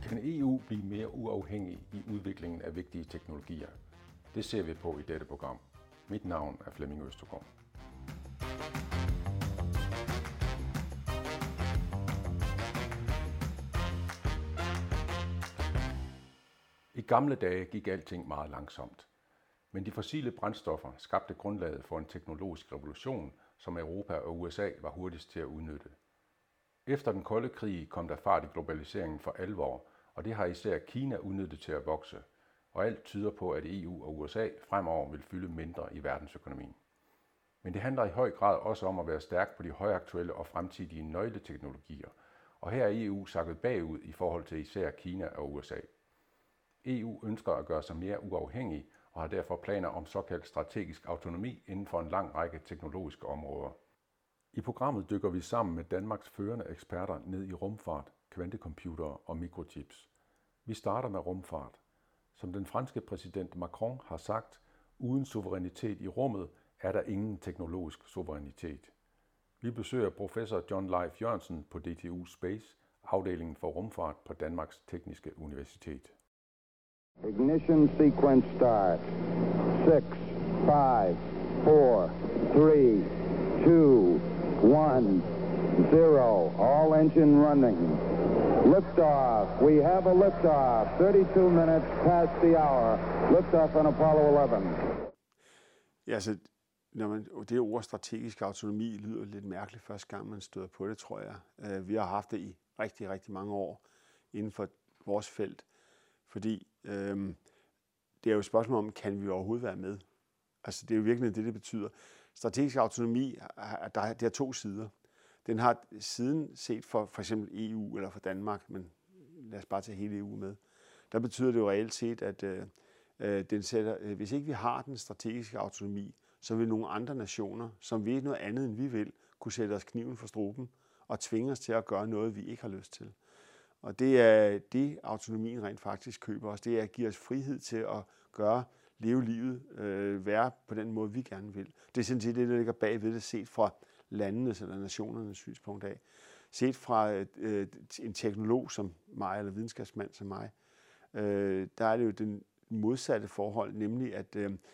Kan EU blive mere uafhængig i udviklingen af vigtige teknologier? Det ser vi på i dette program. Mit navn er Flemming Østergaard. I gamle dage gik alting meget langsomt, men de fossile brændstoffer skabte grundlaget for en teknologisk revolution, som Europa og USA var hurtigst til at udnytte. Efter den kolde krig kom der fart i globaliseringen for alvor, og det har især Kina udnyttet til at vokse, og alt tyder på, at EU og USA fremover vil fylde mindre i verdensøkonomien. Men det handler i høj grad også om at være stærk på de højaktuelle og fremtidige nøgleteknologier, og her er EU sakket bagud i forhold til især Kina og USA. EU ønsker at gøre sig mere uafhængig og har derfor planer om såkaldt strategisk autonomi inden for en lang række teknologiske områder. I programmet dykker vi sammen med Danmarks førende eksperter ned i rumfart, kvantecomputere og mikrochips. Vi starter med rumfart. Som den franske præsident Macron har sagt, uden suverænitet i rummet er der ingen teknologisk suverænitet. Vi besøger professor John Leif Jørgensen på DTU Space, afdelingen for rumfart på Danmarks Tekniske Universitet. Ignition sequence start. 6, 5, 4, 3, 2, 1, 0. All engine running. Liftoff. We have a liftoff. 32 minutes past the hour. Liftoff on Apollo 11. Ja, altså, det ord strategisk autonomi lyder lidt mærkeligt første gang, man støder på det, tror jeg. Vi har haft det i rigtig, rigtig mange år inden for vores felt. Fordi det er jo et spørgsmål om, kan vi overhovedet være med? Altså det er jo virkelig det betyder. Strategisk autonomi, det har to sider. Den har siden set for eksempel EU eller for Danmark, men lad os bare tage hele EU med. Der betyder det jo reelt set, at den sætter, hvis ikke vi har den strategiske autonomi, så vil nogle andre nationer, som ved noget andet end vi vil, kunne sætte os kniven for struben og tvinge os til at gøre noget, vi ikke har lyst til. Og det er det, autonomien rent faktisk køber os. Det er at give os frihed til at leve livet, være på den måde, vi gerne vil. Det er sådan set det, der ligger bagved det, set fra landenes eller nationernes synspunkt af. Set fra en teknolog som mig, eller videnskabsmand som mig, der er det jo den modsatte forhold, nemlig at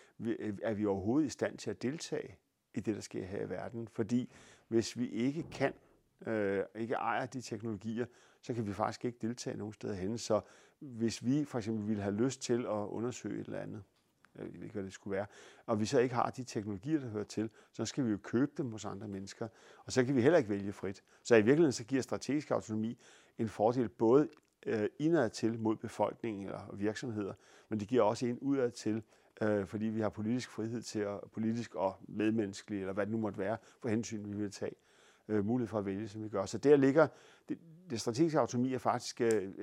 er vi overhovedet i stand til at deltage i det, der sker her i verden. Fordi hvis vi ikke kan, ikke ejer de teknologier, så kan vi faktisk ikke deltage nogen steder henne. Så hvis vi for eksempel ville have lyst til at undersøge et eller andet, jeg ved ikke, hvad det skulle være, og vi så ikke har de teknologier, der hører til, så skal vi jo købe dem hos andre mennesker, og så kan vi heller ikke vælge frit. Så i virkeligheden så giver strategisk autonomi en fordel både indad til mod befolkningen eller virksomheder, men det giver også en udad til, fordi vi har politisk frihed til at politisk og medmenneskelig, eller hvad det nu måtte være, for hensyn vi vil tage. Mulighed for at vælge, som vi gør. Så der ligger, det strategiske autonomi er faktisk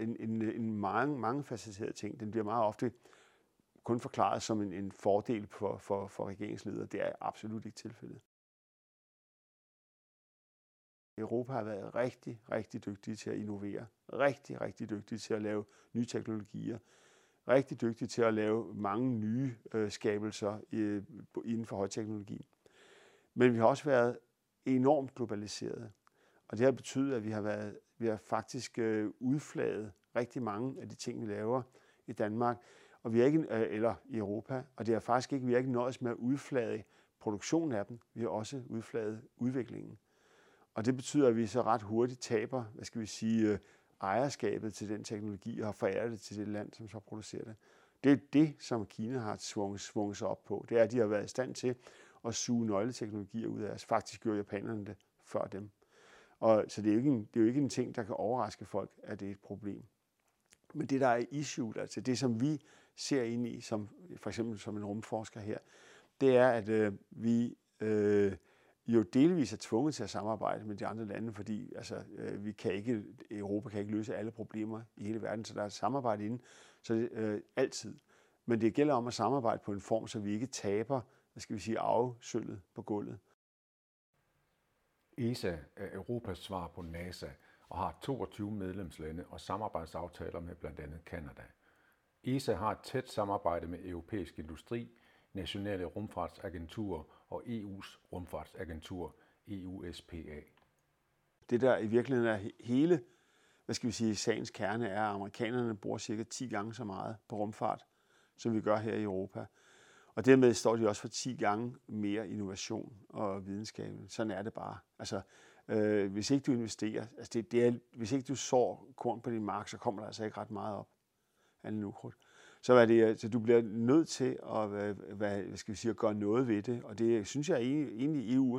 en mangefacetteret ting. Den bliver meget ofte kun forklaret som en fordel for regeringsledere. Det er absolut ikke tilfældet. Europa har været rigtig, rigtig dygtige til at innovere. Rigtig, rigtig dygtige til at lave nye teknologier. Rigtig dygtige til at lave mange nye skabelser inden for højteknologi. Men vi har også været enormt globaliseret. Og det har betydet, at vi har faktisk udflaget rigtig mange af de ting, vi laver i Danmark, og vi har ikke, eller i Europa, og det har faktisk ikke, vi har ikke nøjes med at udflade produktionen af dem, vi har også udflaget udviklingen. Og det betyder, at vi så ret hurtigt taber, ejerskabet til den teknologi og har foræret det til det land, som så producerer det. Det er det, som Kina har svunget sig op på. Det er, at de har været i stand til at suge nøgleteknologier ud af os. Faktisk gjorde japanerne det før dem. Og så det er jo ikke en ting, der kan overraske folk, at det er et problem. Men det, der er issue, altså det, som vi ser ind i, som for eksempel som en rumforsker her, det er, at vi jo delvis er tvunget til at samarbejde med de andre lande, fordi Europa kan ikke løse alle problemer i hele verden, så der er et samarbejde inde, så det altid. Men det gælder om at samarbejde på en form, så vi ikke taber, arvesølvet på gulvet. ESA er Europas svar på NASA og har 22 medlemslande og samarbejdsaftaler med blandt andet Canada. ESA har et tæt samarbejde med europæisk industri, nationale rumfartsagenturer og EU's rumfartsagentur, EUSPA. Det der i virkeligheden er hele sagens kerne er, at amerikanerne bruger cirka 10 gange så meget på rumfart, som vi gør her i Europa. Og dermed står de også for 10 gange mere innovation og videnskab. Sådan er det bare. Altså, hvis ikke du investerer, hvis ikke du sår korn på din mark, så kommer der altså ikke ret meget op af en ukrudt. Så du bliver nødt til at gøre noget ved det, og det synes jeg egentlig EU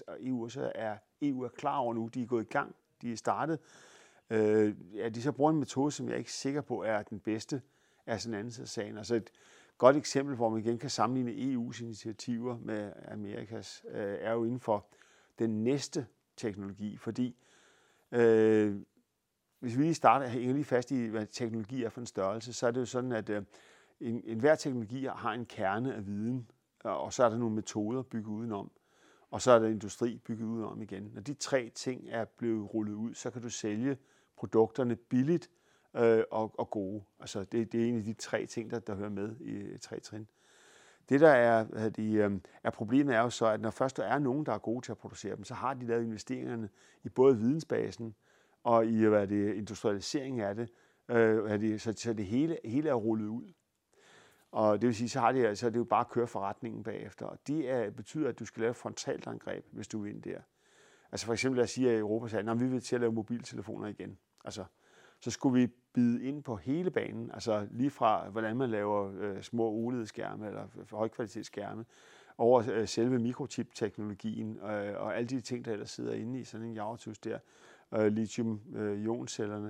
er klar over nu. De er gået i gang, de er startet. De så bruger en metode, som jeg er ikke sikker på er den bedste, er sådan en anden side af sagen. Altså et godt eksempel, hvor man igen kan sammenligne EU's initiativer med Amerikas, er jo inden for den næste teknologi, fordi hvis vi hænger lige fast i, hvad teknologi er for en størrelse, så er det jo sådan, at enhver teknologi har en kerne af viden, og så er der nogle metoder bygget udenom, og så er der industri bygget udenom igen. Når de 3 ting er blevet rullet ud, så kan du sælge produkterne billigt og gode. Altså det er en af de 3 ting, der hører med i 3 trin. Det, der er problemet, er jo så, at når først der er nogen, der er gode til at producere dem, så har de lavet investeringerne i både vidensbasen og i industrialisering af det, så det hele er rullet ud. Og det vil sige, så er det jo bare at køre forretningen bagefter. Og det betyder, at du skal lave frontalangreb, hvis du vil ind der. Altså for eksempel, lad os sige, at Europa sagde, at vi vil til at lave mobiltelefoner igen. Altså, så skulle vi bide ind på hele banen, altså lige fra, hvordan man laver små OLED-skærme eller højkvalitetsskærme, over selve mikrochip-teknologien og alle de ting, der ellers sidder inde i sådan en jagertus der, lithium-ioncellerne,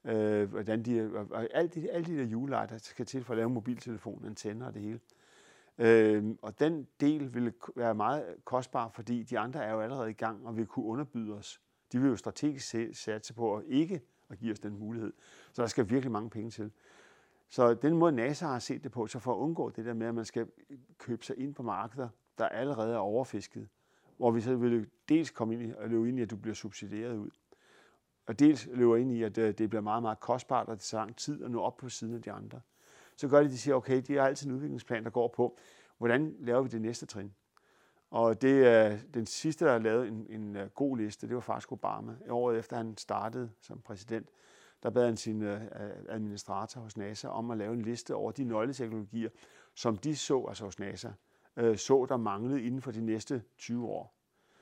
alle de der hjulejer, der skal til for at lave mobiltelefon, antenner og det hele. Og den del ville være meget kostbar, fordi de andre er jo allerede i gang og vil kunne underbyde os. De vil jo strategisk satse på at ikke at give os den mulighed. Så der skal virkelig mange penge til. Så den måde NASA har set det på, så for at undgå det der med, at man skal købe sig ind på markeder, der allerede er overfisket, hvor vi så vil dels løbe ind i, at du bliver subsidieret ud, og dels løber ind i, at det bliver meget, meget kostbart, og det tager lang tid at nå op på siden af de andre. Så gør de siger, okay, de har altid en udviklingsplan, der går på, hvordan laver vi det næste trin? Og det er den sidste, der har lavet en god liste, det var faktisk Obama. Året efter han startede som præsident, der bad han sin administrator hos NASA om at lave en liste over de nøgleteknologier, som de så, altså hos NASA, der manglede inden for de næste 20 år.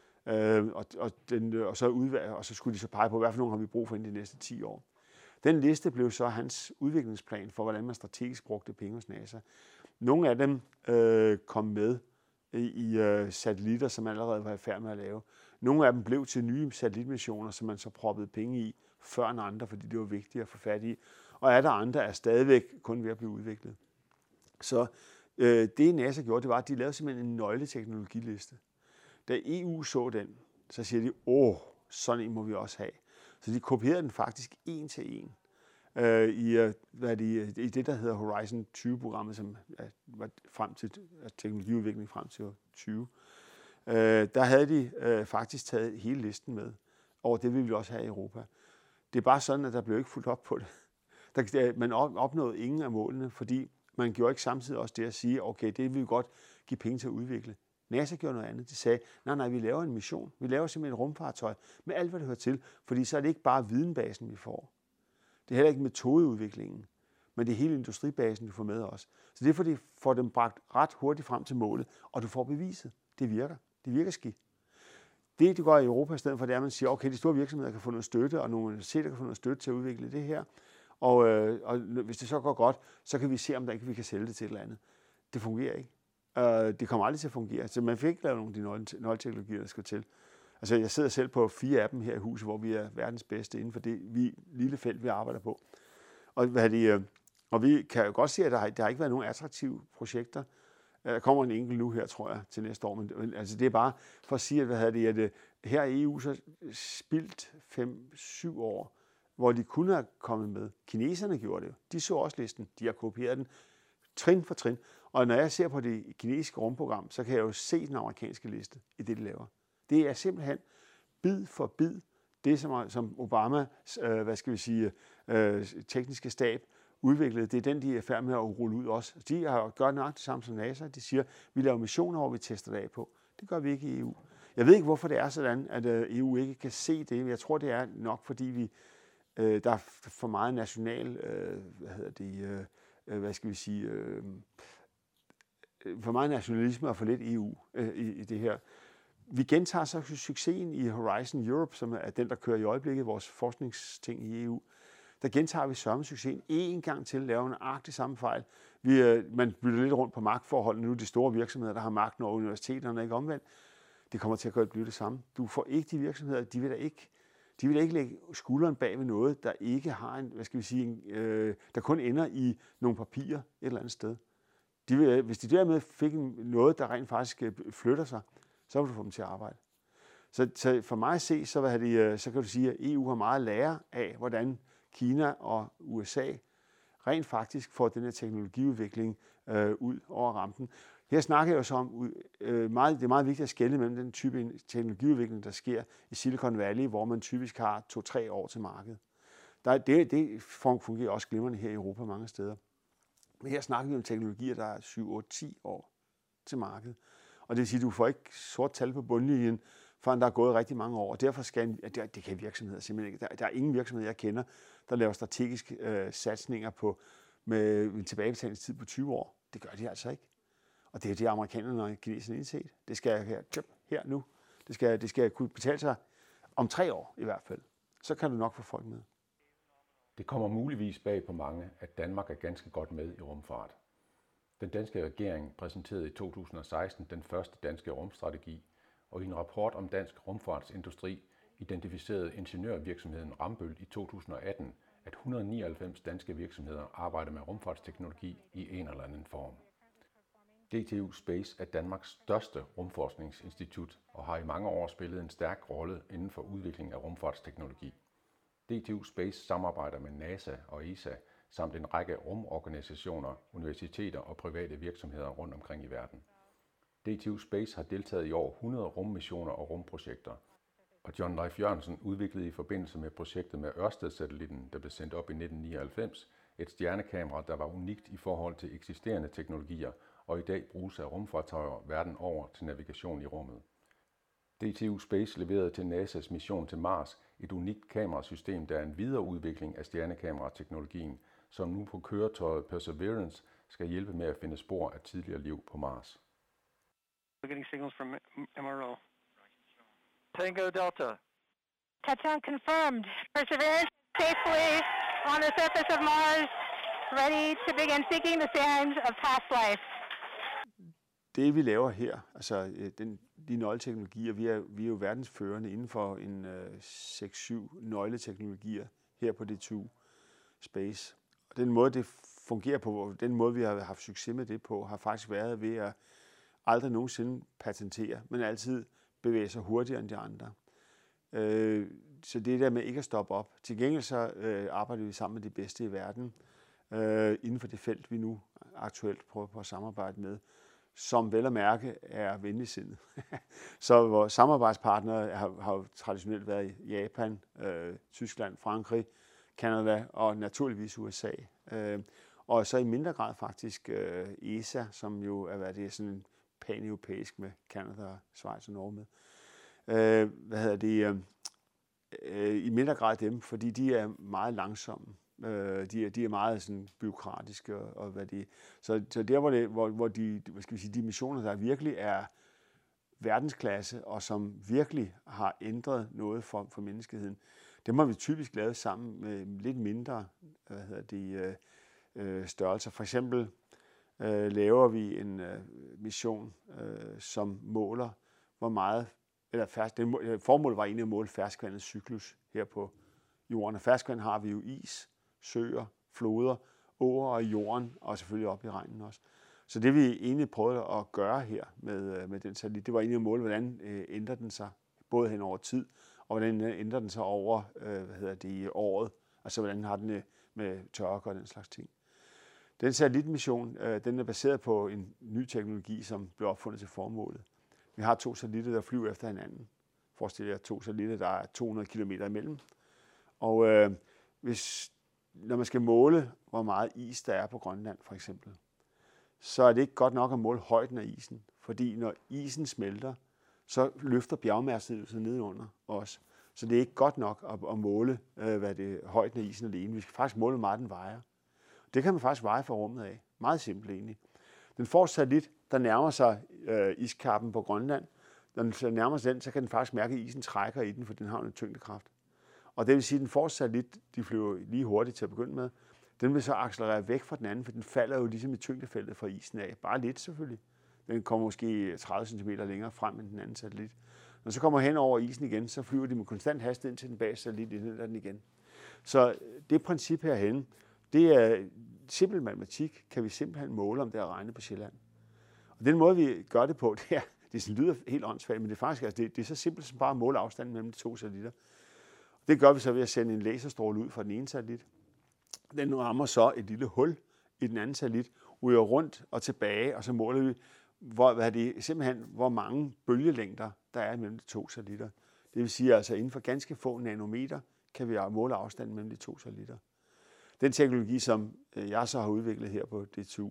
Og så skulle de så pege på, hvad for nogle har vi brug for inden de næste 10 år. Den liste blev så hans udviklingsplan for, hvordan man strategisk brugte penge hos NASA. Nogle af dem kom med i satellitter, som man allerede var i færd med at lave. Nogle af dem blev til nye satellitmissioner, som man så proppede penge i før end andre, fordi det var vigtigt at få fat i. Og er der andre, er stadigvæk kun ved at blive udviklet. Så det NASA gjorde, det var, at de lavede simpelthen en nøgleteknologiliste. Da EU så den, så siger de, sådan en må vi også have. Så de kopierede den faktisk 1 til 1. I det, der hedder Horizon 20-programmet, som var frem til teknologiudvikling frem til 20. Der havde de faktisk taget hele listen med, og det vil vi også have i Europa. Det er bare sådan, at der blev ikke fuldt op på det. Man opnåede ingen af målene, fordi man gjorde ikke samtidig også det at sige, okay, det vil vi godt give penge til at udvikle. NASA gjorde noget andet. De sagde, nej, vi laver en mission. Vi laver simpelthen et rumfartøj med alt, hvad det hører til, fordi så er det ikke bare videnbasen, vi får. Det er heller ikke metodeudviklingen, men det er hele industribasen, vi får med os. Så det er fordi, får dem bragt ret hurtigt frem til målet, og du får beviset. Det virker. Det virker skidt. Det, de gør i Europa i stedet for, det er, at man siger, okay, de store virksomheder kan få noget støtte, og nogle universiteter kan få noget støtte til at udvikle det her. Og hvis det så går godt, så kan vi se, om der ikke vi kan sælge det til et eller andet. Det fungerer ikke. Det kommer aldrig til at fungere. Så man fik ikke lavet nogle af de nøgleteknologier, der skal til. Altså, jeg sidder selv på 4 af dem her i huset, hvor vi er verdens bedste inden for det lille felt, vi arbejder på. Og vi kan jo godt se, at der har ikke været nogen attraktive projekter. Der kommer en enkelt nu her, tror jeg, til næste år. Men altså, det er bare for at sige, at her i EU så spildt 5-7 år, hvor de kunne have kommet med. Kineserne gjorde det jo. De så også listen. De har kopieret den trin for trin. Og når jeg ser på det kinesiske rumprogram, så kan jeg jo se den amerikanske liste i det, de laver. Det er simpelthen bid for bid det, som Obamas tekniske stab udviklede. Det er den, de er færdig med at rulle ud også. De har gjort nøjagtigt det samme som NASA. De siger, vi laver missioner, hvor vi tester det af på. Det gør vi ikke i EU. Jeg ved ikke, hvorfor det er sådan, at EU ikke kan se det. Jeg tror, det er nok, fordi vi Der er for meget national, for meget nationalisme og for lidt EU i det her. Vi gentager så succesen i Horizon Europe, som er den, der kører i øjeblikket, vores forskningsting i EU. Der gentager vi sørme succesen en gang til, laver nøjagtigt samme fejl. Man bytter lidt rundt på magtforholdene nu, de store virksomheder, der har magten over universiteterne, ikke omvendt. Det kommer til at blive det samme. Du får ikke de virksomheder, de vil da ikke lægge skulderen bag ved noget, der ikke har der kun ender i nogle papirer et eller andet sted. Hvis de dermed fik noget, der rent faktisk flytter sig, så vil du få dem til at arbejde. Så for mig at se, så kan du sige, at EU har meget at lære af, hvordan Kina og USA rent faktisk får den her teknologiudvikling ud over rampen. Her snakker jeg jo så om, det er meget vigtigt at skelne mellem den type teknologiudvikling, der sker i Silicon Valley, hvor man typisk har 2-3 år til markedet. Det fungerer også glimrende her i Europa mange steder. Men her snakker vi om teknologier, der er 7-8-10 år til markedet. Og det vil sige, at du får ikke sort tal på bundlinjen, før der er gået rigtig mange år. Og derfor det kan virksomheder simpelthen ikke. Der er ingen virksomhed, jeg kender, der laver strategiske satsninger med en tilbagebetalingstid på 20 år. Det gør de altså ikke. Og det er det, amerikanerne og kineserne indset. Det skal her nu. Det skal kunne betale sig om 3 år i hvert fald. Så kan du nok få folk med. Det kommer muligvis bag på mange, at Danmark er ganske godt med i rumfart. Den danske regering præsenterede i 2016 den første danske rumstrategi, og i en rapport om dansk rumfartsindustri identificerede ingeniørvirksomheden Rambøll i 2018, at 199 danske virksomheder arbejder med rumfartsteknologi i en eller anden form. DTU Space er Danmarks største rumforskningsinstitut og har i mange år spillet en stærk rolle inden for udvikling af rumfartsteknologi. DTU Space samarbejder med NASA og ESA samt en række rumorganisationer, universiteter og private virksomheder rundt omkring i verden. DTU Space har deltaget i over 100 rummissioner og rumprojekter, og John Leif Jørgensen udviklede i forbindelse med projektet med Ørsted-satellitten, der blev sendt op i 1999, et stjernekamera, der var unikt i forhold til eksisterende teknologier og i dag bruges af rumfartøjer verden over til navigation i rummet. DTU Space leverede til NASA's mission til Mars et unikt kamerasystem, der er en videreudvikling af stjernekamerateknologien, som nu på køretøjet Perseverance skal hjælpe med at finde spor af tidligere liv på Mars. We're getting signals from MRO. Tango Delta. Touchdown confirmed. Perseverance safely on the surface of Mars, ready to begin seeking the signs of past life. Det vi laver her, altså de nøgleteknologier, vi er jo verdensførende inden for en 6-7 nøgleteknologier her på DTU Space. Og den måde, det fungerer på, den måde, vi har haft succes med det på, har faktisk været ved at aldrig nogensinde patentere, men altid bevæge sig hurtigere end de andre. Så det der med ikke at stoppe op. Til gengæld så arbejder vi sammen med de bedste i verden inden for det felt, vi nu aktuelt prøver på at samarbejde med, som vel at mærke er venligsindet. Så vores samarbejdspartnere har jo traditionelt været Japan, Tyskland, Frankrig, Canada og naturligvis USA. Og så i mindre grad faktisk ESA, som jo er sådan en pan-europæisk med Canada, Schweiz og Norge med. I mindre grad dem, fordi de er meget langsomme. De er meget sådan bureaukratiske og hvad de. Så der hvor de missioner der virkelig er verdensklasse og som virkelig har ændret noget for menneskeheden, dem har vi typisk lavet sammen med lidt mindre størrelser. For eksempel laver vi en mission som måler hvor meget formålet var egentlig at måle ferskvandets cyklus her på jorden. Og ferskvand har vi jo is, søer, floder, åer og jorden, og selvfølgelig op i regnen også. Så det vi egentlig prøvede at gøre her med den satellit, det var egentlig at måle, hvordan ændrer den sig, både hen over tid, og hvordan ændrer den sig over året, altså hvordan har den med tørke og den slags ting. Den satellitmission, den er baseret på en ny teknologi, som blev opfundet til formålet. Vi har 2 satellitter, der flyver efter hinanden. Forestil jer 2 satellitter, der er 200 km imellem. Og når man skal måle, hvor meget is der er på Grønland for eksempel, så er det ikke godt nok at måle højden af isen. Fordi når isen smelter, så løfter bjergmasset sig ned under os. Så det er ikke godt nok at måle højden af isen alene. Vi skal faktisk måle, hvor meget den vejer. Det kan man faktisk veje fra rummet af. Meget simpelt egentlig. Den får satellit, der nærmer sig iskappen på Grønland. Når den nærmer sig den, så kan den faktisk mærke, at isen trækker i den, for den har en tyngdekraft. Og det vil sige, at den får satellit, de flyver lige hurtigt til at begynde med, den vil så accelerere væk fra den anden, for den falder jo ligesom i tyngdefeltet fra isen af. Bare lidt selvfølgelig. Den kommer måske 30 cm længere frem end den anden satellit. Når så kommer hen over isen igen, så flyver de med konstant hastighed ind til den bag satellit, indhenter den igen. Så det princip herhenne, det er simpel matematik, kan vi simpelthen måle, om det er at regne på Sjælland. Og den måde, vi gør det på, det lyder helt åndssvagt, men det er faktisk det er så simpelt som bare at måle afstanden mellem de to satellitter. Det gør vi så ved at sende en laserstråle ud fra den ene satellit. Den rammer så et lille hul i den anden satellit, ryger rundt og tilbage, og så måler vi, hvor mange bølgelængder der er mellem de to satellitter. Det vil sige, altså inden for ganske få nanometer kan vi måle afstanden mellem de to satellitter. Den teknologi, som jeg så har udviklet her på DTU,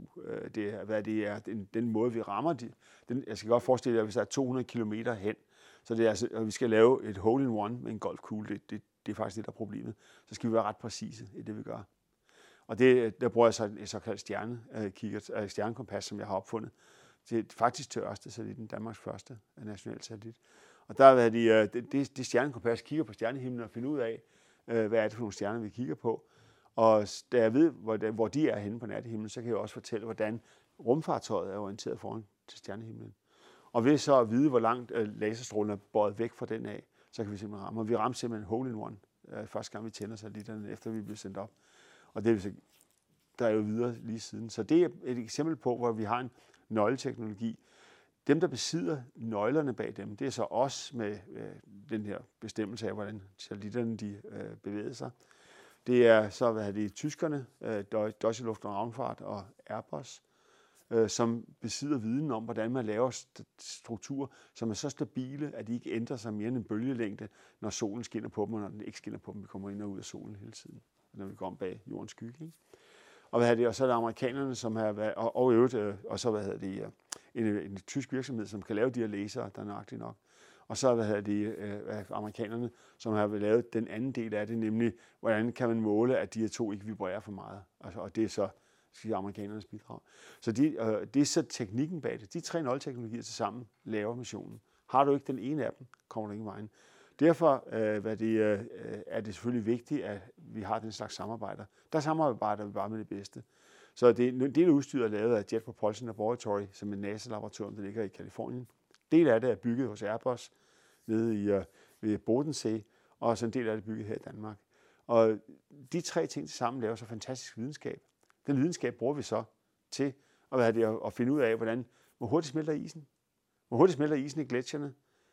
den måde, vi rammer jeg skal godt forestille jer, at hvis der er 200 km hen, så det er altså, og vi skal lave et hole-in-one med en golfkugle, det er faktisk det, der er problemet. Så skal vi være ret præcise i det, vi gør. Og der bruger jeg så et såkaldt stjernekompas, som jeg har opfundet. Det er faktisk til Ørsted-satellitten, Danmarks første nationale satellit. Og der er det stjernekompas kigger på stjernehimlen og finder ud af, hvad er det for nogle stjerner, vi kigger på. Og da jeg ved, hvor de er henne på nattehimlen, så kan jeg også fortælle, hvordan rumfartøjet er orienteret foran til stjernehimlen. Og ved så at vide, hvor langt laserstrålen er bøjet væk fra den af, så kan vi simpelthen ramme. Og vi ramte simpelthen hole-in-one første gang, vi tænder satellitterne, efter vi blev sendt op. Og det der er jo videre lige siden. Så det er et eksempel på, hvor vi har en nøgleteknologi. Dem, der besidder nøglerne bag dem, det er så os med den her bestemmelse af, hvordan satellitterne de bevæger sig. Det er så, tyskerne, Deutsche Luft- und Raumfahrt og Airbus, som besidder viden om, hvordan man laver strukturer, som er så stabile, at de ikke ændrer sig mere end en bølgelængde, når solen skinner på dem, og når den ikke skinner på dem. Vi kommer ind og ud af solen hele tiden, når vi går om bag jordens skygge. Ikke? Og så er der amerikanerne, som har været, og øvrigt, og så en tysk virksomhed, som kan lave de her lasere, der er nøjagtigt nok. Og så amerikanerne, som har lavet den anden del af det, nemlig hvordan kan man måle, at de her to ikke vibrerer for meget. Altså, og det er så amerikanernes bidrag. Så det er så teknikken bag det. De tre nøgleteknologier til sammen laver missionen. Har du ikke den ene af dem, kommer du ingen vejen. Derfor er det selvfølgelig vigtigt, at vi har den slags samarbejder. Der samarbejder vi bare med det bedste. Så det er udstyret er lavet af Jet Propulsion Laboratory, som er en NASA-laboratorium, der ligger i Kalifornien. Del af det er bygget hos Airbus nede ved Bodensee, og så en del af det er bygget her i Danmark. Og de tre ting sammen laver så fantastisk videnskab. Den videnskab bruger vi så til at finde ud af, hvor hurtigt smelter isen. Hvor hurtigt smelter isen i gletsjerne.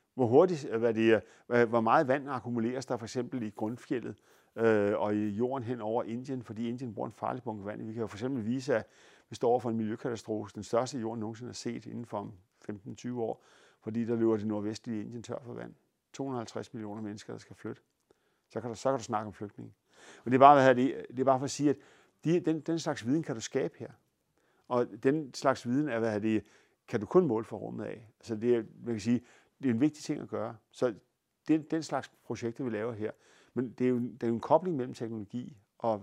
Hvor meget vand akkumuleres der for eksempel i grundfjeldet og i jorden hen over Indien, fordi Indien bruger en farlig bunke vand. Vi kan jo for eksempel vise, at vi står over for en miljøkatastrofe, den største jorden nogensinde har set inden for 15-20 år, fordi der løber det nordvestlige Indien tør for vand. 250 millioner mennesker, der skal flytte. Så kan du snakke om flygtninge. Men det er bare for at sige, at den slags viden kan du skabe her. Og den slags viden kan du kun måle fra rummet af. Altså man kan sige, det er en vigtig ting at gøre. Så den slags projekter, vi laver her, men det er jo en kobling mellem teknologi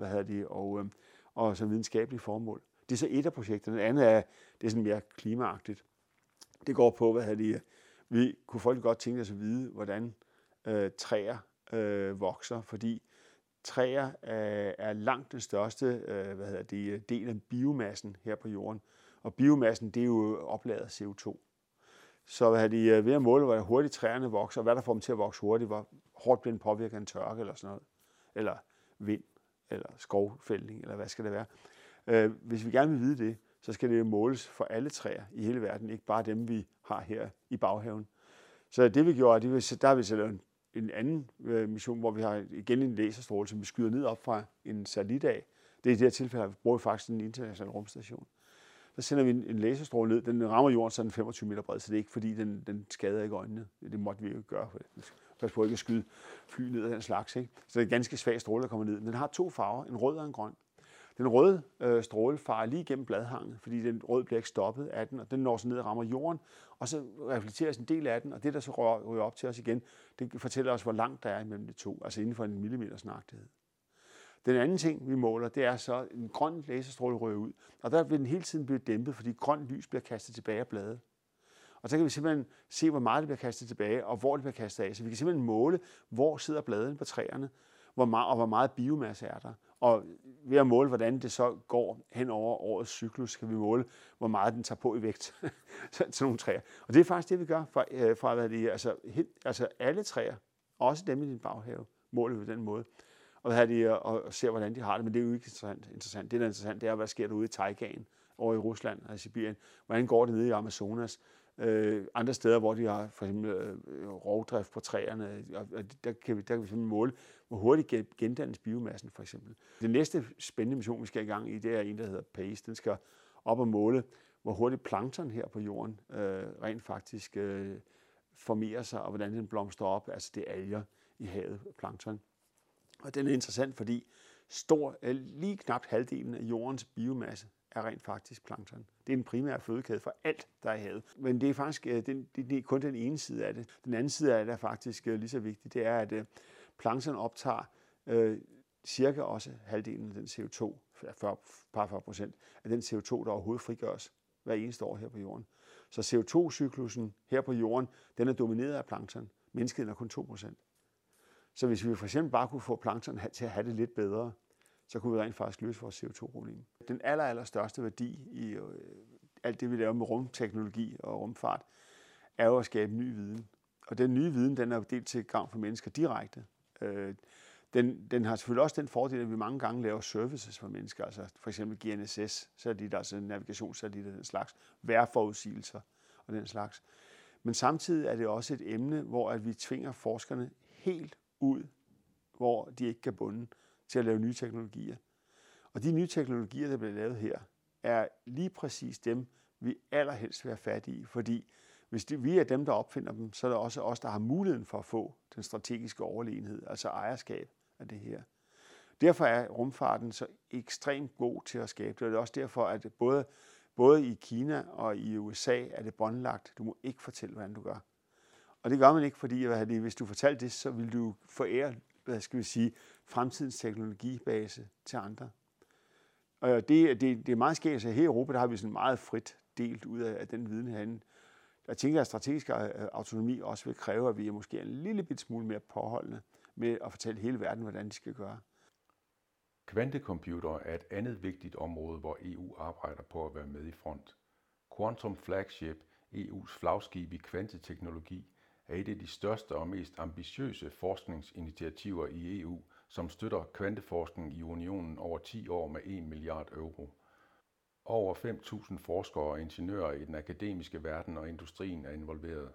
og så videnskabelige formål. Det er så et af projekterne. Det andet det er sådan mere klimaagtigt. Det går på, vi kunne folk godt tænke os at vide, hvordan træer vokser, fordi træer er langt den største del af biomassen her på jorden. Og biomassen, det er jo opladet af CO2. Så ved at måle, hvor hurtigt træerne vokser, og hvad der får dem til at vokse hurtigt, hvor hårdt bliver den påvirket af en tørke eller sådan noget, eller vind, eller skovfældning, eller hvad skal det være. Hvis vi gerne vil vide det, så skal det jo måles for alle træer i hele verden, ikke bare dem, vi har her i baghaven. Så det vi gjorde, der har vi så lavet en anden mission, hvor vi har igen en laserstråle, som vi skyder ned op fra en satellit af. Det er i det her tilfælde, vi bruger faktisk en international rumstation. Så sender vi en laserstråle ned. Den rammer jorden, så den 25 meter bred, så det er ikke fordi, den skader ikke øjnene. Det måtte vi jo gøre. Pas på ikke at skyde fly ned af den slags. Ikke? Så det er en ganske svag stråle, der kommer ned. Den har to farver, en rød og en grøn. Den røde stråle farer lige igennem bladhanget, fordi den røde bliver ikke stoppet af den, og den når så ned og rammer jorden, og så reflekteres en del af den, og det, der så ryger op til os igen, det fortæller os, hvor langt der er imellem de to, altså inden for en millimeters nøjagtighed. Den anden ting, vi måler, det er så, en grøn laserstråle ryger ud, og der vil den hele tiden blive dæmpet, fordi grønt lys bliver kastet tilbage af bladet. Og så kan vi simpelthen se, hvor meget det bliver kastet tilbage, og hvor det bliver kastet af. Så vi kan simpelthen måle, hvor sidder bladene på træerne, hvor meget biomasse er der. Og ved at måle, hvordan det så går hen over årets cyklus, kan vi måle, hvor meget den tager på i vægt til nogle træer. Og det er faktisk det, vi gør fra altså alle træer, også dem i din baghave, måler vi på den måde. Og ser, hvordan de har det, men det er jo ikke interessant. Det, der er interessant, det er, hvad sker der ude i taigaen over i Rusland og i Sibirien. Hvordan går det nede i Amazonas? Andre steder, hvor de har for eksempel rovdrift på træerne, og der kan vi simpelthen måle, hvor hurtigt gendannes biomassen for eksempel. Den næste spændende mission, vi skal i gang i, det er en, der hedder PACE. Den skal op og måle, hvor hurtigt plankton her på jorden rent faktisk formerer sig, og hvordan den blomstrer op, altså det er alger i havet, plankton. Og den er interessant, fordi lige knap halvdelen af jordens biomasse er rent faktisk plankton. Det er den primære fødekæde for alt, der er i havet. Men det er faktisk det er kun den ene side af det. Den anden side af det er faktisk lige så vigtigt. Det er, at plankton optager cirka også halvdelen af den CO2, 40% af den CO2, der overhovedet frigøres hver eneste år her på jorden. Så CO2-cyklusen her på jorden, den er domineret af plankton. Mennesket er kun 2%. Så hvis vi for eksempel bare kunne få plankton til at have det lidt bedre, så kunne vi rent faktisk løse vores CO2-problem. Den allerstørste værdi i alt det, vi laver med rumteknologi og rumfart, er jo at skabe ny viden. Og den nye viden, den er jo delt til gavn for mennesker direkte. Den har selvfølgelig også den fordel, at vi mange gange laver services for mennesker, altså for eksempel GNSS-satellitter, altså navigationssatellitter, den slags, vejrforudsigelser og den slags. Men samtidig er det også et emne, hvor at vi tvinger forskerne helt ud, hvor de ikke kan bunde til at lave nye teknologier. Og de nye teknologier, der bliver lavet her, er lige præcis dem, vi allerhelst vil have fat i, fordi hvis vi er dem, der opfinder dem, så er det også os, der har muligheden for at få den strategiske overlegenhed, altså ejerskab af det her. Derfor er rumfarten så ekstremt god til at skabe det, og det er også derfor, at både i Kina og i USA er det båndlagt. Du må ikke fortælle, hvordan du gør. Og det gør man ikke, fordi hvis du fortalte det, så vil du forære, fremtidens teknologibase til andre. Og det er meget skægt, at her i Europa, der har vi sådan meget frit delt ud af den viden herinde. Jeg tænker, at strategisk autonomi også vil kræve, at vi er måske en lille bit smule mere påholdende med at fortælle hele verden, hvordan de skal gøre. Kvantecomputere er et andet vigtigt område, hvor EU arbejder på at være med i front. Quantum Flagship, EU's flagskib i kvanteteknologi, er et af de største og mest ambitiøse forskningsinitiativer i EU, som støtter kvanteforskning i unionen over 10 år med 1 milliard euro. Over 5.000 forskere og ingeniører i den akademiske verden og industrien er involveret.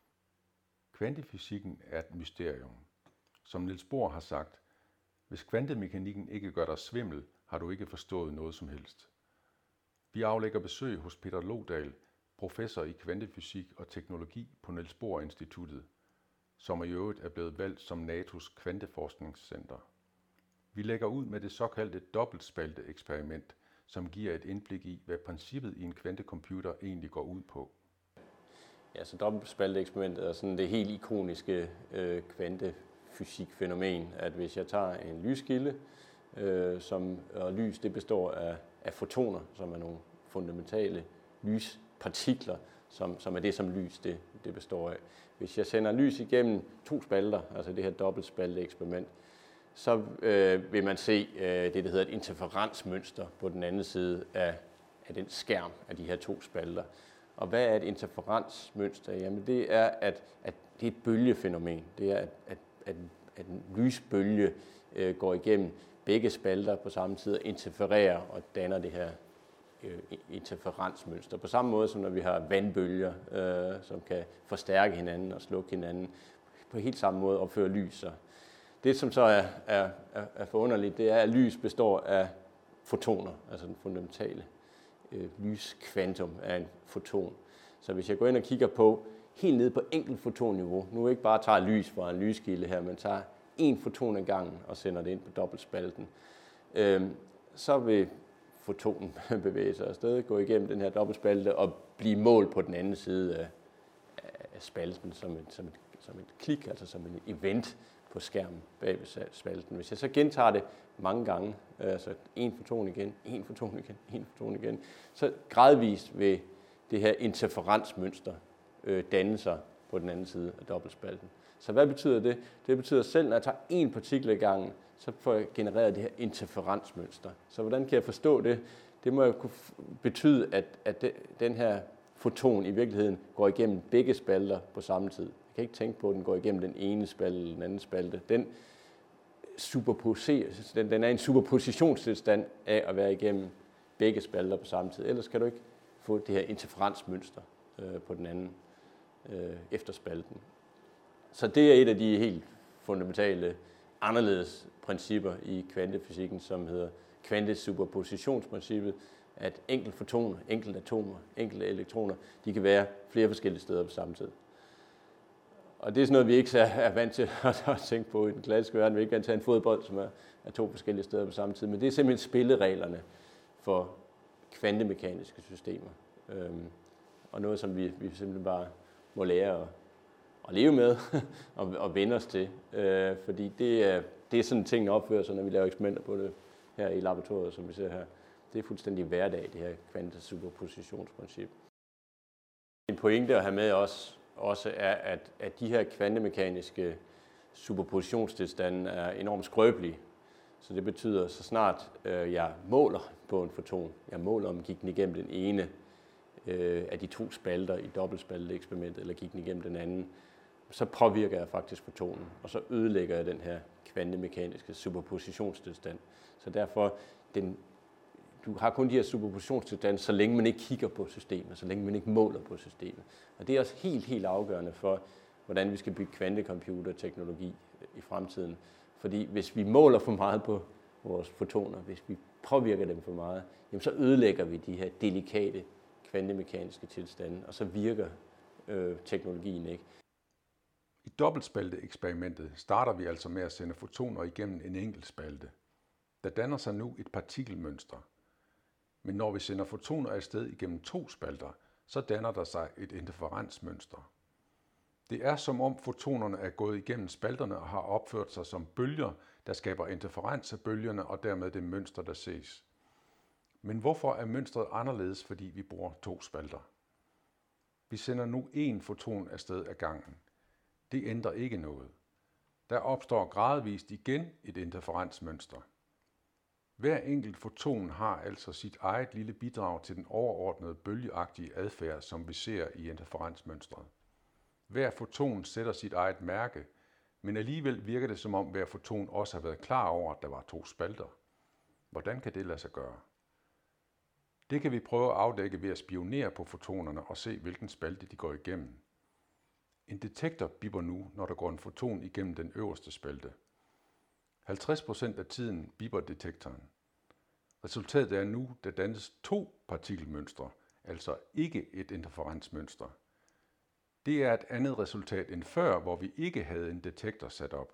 Kvantefysikken er et mysterium. Som Niels Bohr har sagt, hvis kvantemekanikken ikke gør dig svimmel, har du ikke forstået noget som helst. Vi aflægger besøg hos Peter Lodal, professor i kvantefysik og teknologi på Niels Bohr Instituttet, som i øvrigt er blevet valgt som NATO's kvanteforskningscenter. Vi lægger ud med det såkaldte dobbeltspalte-eksperiment, som giver et indblik i, hvad princippet i en kvantecomputer egentlig går ud på. Ja, så dobbeltspalteeksperimentet er sådan det helt ikoniske kvantefysikfænomen, at hvis jeg tager en lyskilde, og lys det består af fotoner, som er nogle fundamentale lyspartikler, som er det, som lys det består af. Hvis jeg sender lys igennem 2 spalter, altså det her dobbeltspalteeksperiment, så vil man se det, der hedder et interferensmønster på den anden side af den skærm af de her 2 spalter. Og hvad er et interferensmønster? Jamen det er, at det er et bølgefænomen. Det er, at en lysbølge går igennem begge spalter på samme tid og interfererer og danner det her interferensmønster. På samme måde som når vi har vandbølger, som kan forstærke hinanden og slukke hinanden. På helt samme måde opfører lys. Det, som så er forunderligt, det er, at lys består af fotoner, altså den fundamentale lyskvantum af en foton. Så hvis jeg går ind og kigger på helt nede på enkelt fotonniveau, nu ikke bare tager lys fra en lyskilde her, men tager 1 foton ad gangen og sender det ind på dobbeltspalten, så vil fotonen bevæge sig afsted, gå igennem den her dobbeltspalte og blive målt på den anden side af spalten som et klik, altså som en event på skærmen bag ved spalten. Hvis jeg så gentager det mange gange, altså en foton igen, en foton igen, en foton igen, så gradvist vil det her interferensmønster danne sig på den anden side af dobbeltspalten. Så hvad betyder det? Det betyder, at selv når jeg tager en partikel ad gangen, så får jeg genereret det her interferensmønster. Så hvordan kan jeg forstå det? Det må jo kunne betyde, at den her foton i virkeligheden går igennem begge spalter på samme tid. Jeg kan ikke tænke på, at den går igennem den ene spalte eller den anden spalte. Den er en superpositionstilstand af at være igennem begge spalter på samme tid. Ellers kan du ikke få det her interferensmønster på den anden efter spalten. Så det er et af de helt fundamentale anderledes principper i kvantefysikken, som hedder kvantesuperpositionsprincippet, at enkelte fotoner, enkelte atomer, enkelte elektroner, de kan være flere forskellige steder på samme tid. Og det er sådan noget, vi ikke er vant til at tænke på i den klassiske verden. Vi er ikke vant til at have en fodbold, som er to forskellige steder på samme tid. Men det er simpelthen spillereglerne for kvantemekaniske systemer. Og noget, som vi simpelthen bare må lære at leve med og vende os til. Fordi det er sådan tingene opfører sig, når vi laver eksperimenter på det her i laboratoriet, som vi ser her. Det er fuldstændig hverdag, det her kvantesuperpositionsprincip. En pointe at have med også er, at de her kvantemekaniske superpositionstilstande er enormt skrøbelige. Så det betyder, så snart jeg måler på en foton, jeg måler om gik den igennem den ene af de to spalter i dobbeltspalteeksperimentet, eller gik den igennem den anden, så påvirker jeg faktisk fotonen, og så ødelægger jeg den her kvantemekaniske superpositionstilstand. Så derfor, du har kun de her superpositionstilstande, så længe man ikke kigger på systemet, så længe man ikke måler på systemet. Og det er også helt afgørende for, hvordan vi skal bygge kvantecomputerteknologi i fremtiden. Fordi hvis vi måler for meget på vores fotoner, hvis vi påvirker dem for meget, jamen så ødelægger vi de her delikate kvantemekaniske tilstande, og så virker teknologien ikke. I dobbeltspalteeksperimentet starter vi altså med at sende fotoner igennem en enkelt spalte. Der danner sig nu et partikelmønster. Men når vi sender fotoner afsted igennem to spalter, så danner der sig et interferensmønster. Det er som om fotonerne er gået igennem spalterne og har opført sig som bølger, der skaber interferens af bølgerne og dermed det mønster, der ses. Men hvorfor er mønstret anderledes, fordi vi bruger to spalter? Vi sender nu én foton afsted ad gangen. Det ændrer ikke noget. Der opstår gradvist igen et interferensmønster. Hver enkelt foton har altså sit eget lille bidrag til den overordnede bølgeagtige adfærd, som vi ser i interferensmønstret. Hver foton sætter sit eget mærke, men alligevel virker det som om hver foton også har været klar over, at der var to spalter. Hvordan kan det lade sig gøre? Det kan vi prøve at afdække ved at spionere på fotonerne og se, hvilken spalte de går igennem. En detektor bipper nu, når der går en foton igennem den øverste spalte. 50% af tiden bipper detektoren. Resultatet er nu, der dannes to partikelmønstre, altså ikke et interferensmønster. Det er et andet resultat end før, hvor vi ikke havde en detektor sat op.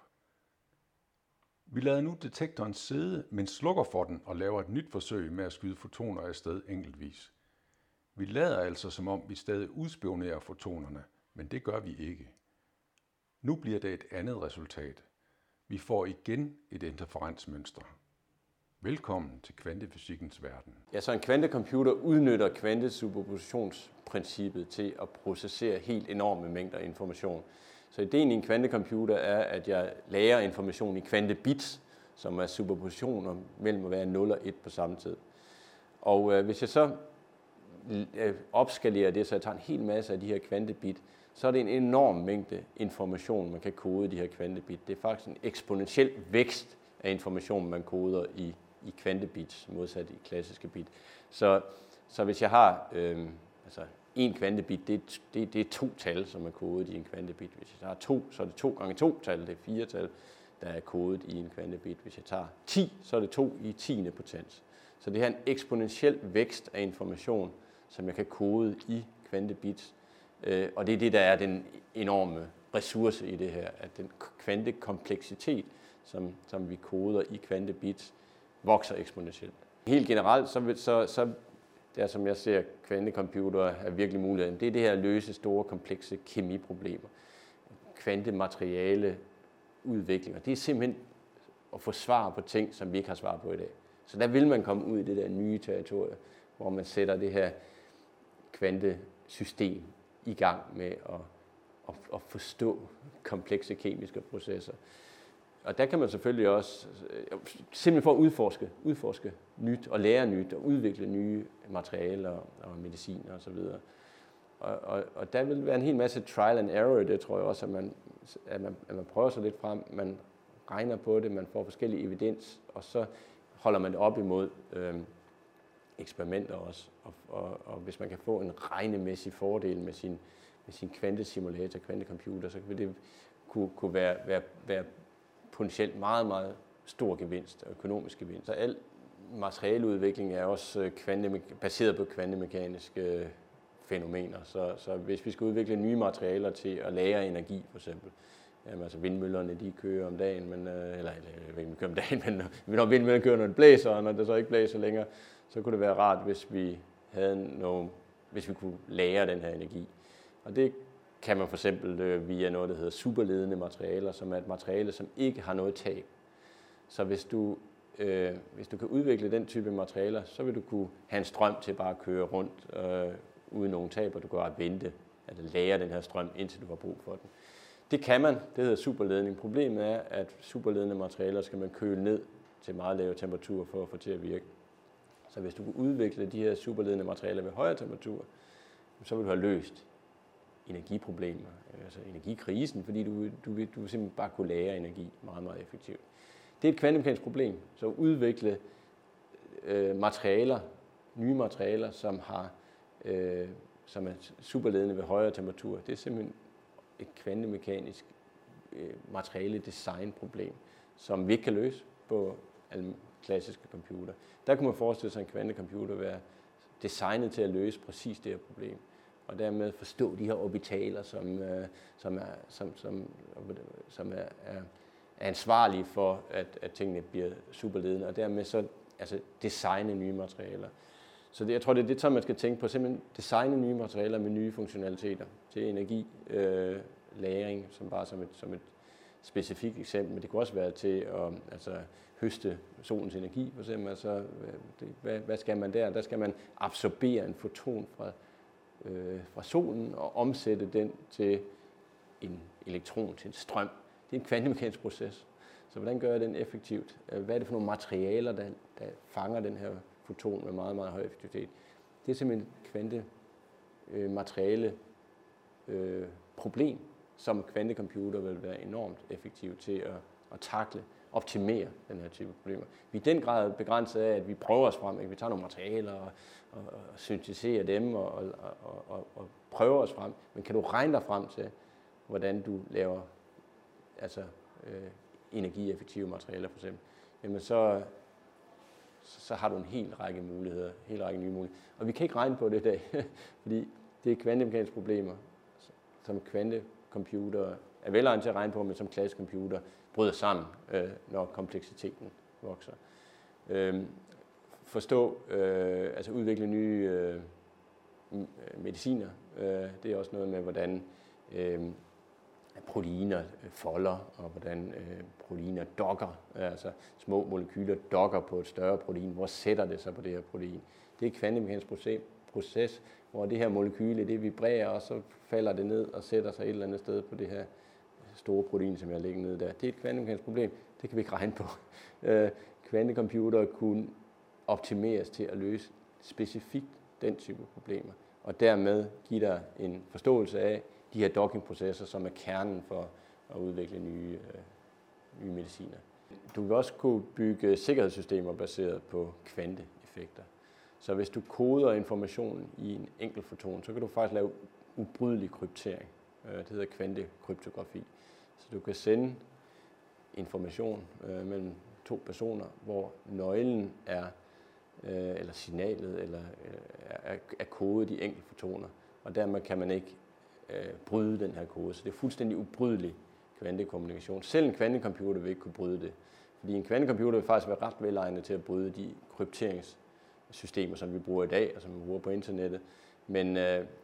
Vi lader nu detektoren sidde, men slukker for den og laver et nyt forsøg med at skyde fotoner afsted enkeltvis. Vi lader altså som om vi stadig udspionerer fotonerne, men det gør vi ikke. Nu bliver det et andet resultat. Vi får igen et interferensmønster. Velkommen til kvantefysikkens verden. Ja, så en kvantecomputer udnytter kvantesuperpositionsprincippet til at processere helt enorme mængder information. Så ideen i en kvantecomputer er, at jeg lagrer information i kvantebits, som er superpositioner mellem at være 0 og 1 på samme tid. Og hvis jeg så opskalerer det, så jeg tager en hel masse af de her kvantebit, så er det en enorm mængde information, man kan kode i de her kvantebit. Det er faktisk en eksponentiel vækst af information, man koder i kvantebits, modsat i klassiske bit. Så hvis jeg har en kvantebit, det er 2 tal, som er kodet i en kvantebit. Hvis jeg tager 2, så er det 2 gange 2 tal, det er 4 tal, der er kodet i en kvantebit. Hvis jeg tager 10, så er det 2 i 10. potens. Så det her er en eksponentiel vækst af information, som jeg kan kode i kvantebits. Og det er det, der er den enorme ressource i det her, at den kvantekompleksitet, som vi koder i kvantebits, vokser eksponentielt. Helt generelt, så der som jeg ser kvantecomputere er virkelig muligheden, det er det her at løse store, komplekse kemiproblemer. Kvantemateriale udviklinger. Det er simpelthen at få svar på ting, som vi ikke har svar på i dag. Så der vil man komme ud i det der nye territorie, hvor man sætter det her kvantesystem i gang med at forstå komplekse kemiske processer. Og der kan man selvfølgelig også, simpelthen for at udforske nyt og lære nyt og udvikle nye materialer og mediciner osv. Og der vil være en hel masse trial and error i det, tror jeg også, at man prøver sig lidt frem, man regner på det, man får forskellige evidens, og så holder man det op imod eksperimenter også. Og hvis man kan få en regnemæssig fordel med sin kvantesimulator, kvantecomputer, så vil det kunne være potentielt meget, meget stor gevinst, økonomisk gevinst. Så al materialeudvikling er også baseret på kvantemekaniske fænomener. Så hvis vi skal udvikle nye materialer til at lagre energi, for eksempel, jamen, altså vindmøllerne, de kører om dagen, men, eller ikke kører om dagen, men når vindmøllerne kører, når det blæser, og når det så ikke blæser længere, så kunne det være rart, hvis vi kunne lagre den her energi. Og det kan man for eksempel via noget, der hedder superledende materialer, som er et materiale, som ikke har noget tab. Så hvis du kan udvikle den type materialer, så vil du kunne have en strøm til bare at køre rundt uden nogen tab, og du kan bare vente, eller lagre den her strøm, indtil du har brug for den. Det kan man, det hedder superledning. Problemet er, at superledende materialer skal man køle ned til meget lave temperaturer for at få til at virke. Så hvis du kan udvikle de her superledende materialer ved højere temperaturer, så vil du have løst energiproblemer, altså energikrisen, fordi du simpelthen bare kunne lagre energi meget, meget effektivt. Det er et kvantemekanisk problem, så at udvikle nye materialer, som er superledende ved højere temperaturer, det er simpelthen et kvantemekanisk materiale designproblem, som vi ikke kan løse på alle klassiske computer. Der kunne man forestille sig, at en kvantecomputer være designet til at løse præcis det her problem, og dermed forstå de her orbitaler, som er ansvarlige for, at tingene bliver superledende, og dermed så designe nye materialer. Så jeg tror, det er det, som man skal tænke på, simpelthen designe nye materialer med nye funktionaliteter til energi, lagring, som et specifikt eksempel, men det kunne også være til at høste solens energi, for eksempel. Altså, hvad skal man der? Der skal man absorbere en foton fra solen og omsætte den til en elektron, til en strøm. Det er en kvantemekanisk proces. Så hvordan gør jeg den effektivt? Hvad er det for nogle materialer, der fanger den her foton med meget, meget høj effektivitet? Det er simpelthen et kvantemateriale problem, som kvantecomputer vil være enormt effektiv til at takle, optimere den her type problemer. Vi er i den grad begrænset af, at vi prøver os frem, vi tager nogle materialer og synteserer dem og prøver os frem. Men kan du regne dig frem til, hvordan du laver energieffektive materialer for eksempel, jamen så har du en hel række muligheder, nye muligheder. Og vi kan ikke regne på det i dag, fordi det er kvantemekaniske problemer, som kvantecomputer er velegnet til at regne på, men som klassiske computer bryder sammen, når kompleksiteten vokser. Udvikle nye mediciner, det er også noget med, hvordan proteiner folder, og hvordan proteiner dokker, altså små molekyler dokker på et større protein. Hvor sætter det sig på det her protein? Det er et kvantemekanisk proces, hvor det her molekyle, det vibrerer, og så falder det ned og sætter sig et eller andet sted på det her store protein, som jeg lægger ned der. Det er et kvantemekanisk problem. Det kan vi ikke regne på. Kvantecomputere kunne optimeres til at løse specifikt den type problemer, og dermed give dig en forståelse af de her dockingprocesser, som er kernen for at udvikle nye mediciner. Du vil også kunne bygge sikkerhedssystemer baseret på kvanteeffekter. Så hvis du koder informationen i en enkelt foton, så kan du faktisk lave ubrydelig kryptering. Det hedder kvantekryptografi. Så du kan sende information mellem to personer, hvor nøglen eller signalet er kodet i enkelte fotoner, og dermed kan man ikke bryde den her kode. Så det er fuldstændig ubrydelig kvantekommunikation. Selv en kvantecomputer vil ikke kunne bryde det, fordi en kvantecomputer vil faktisk være ret velegnet til at bryde de krypteringsmekanismer, systemer, som vi bruger i dag, og som vi bruger på internettet, men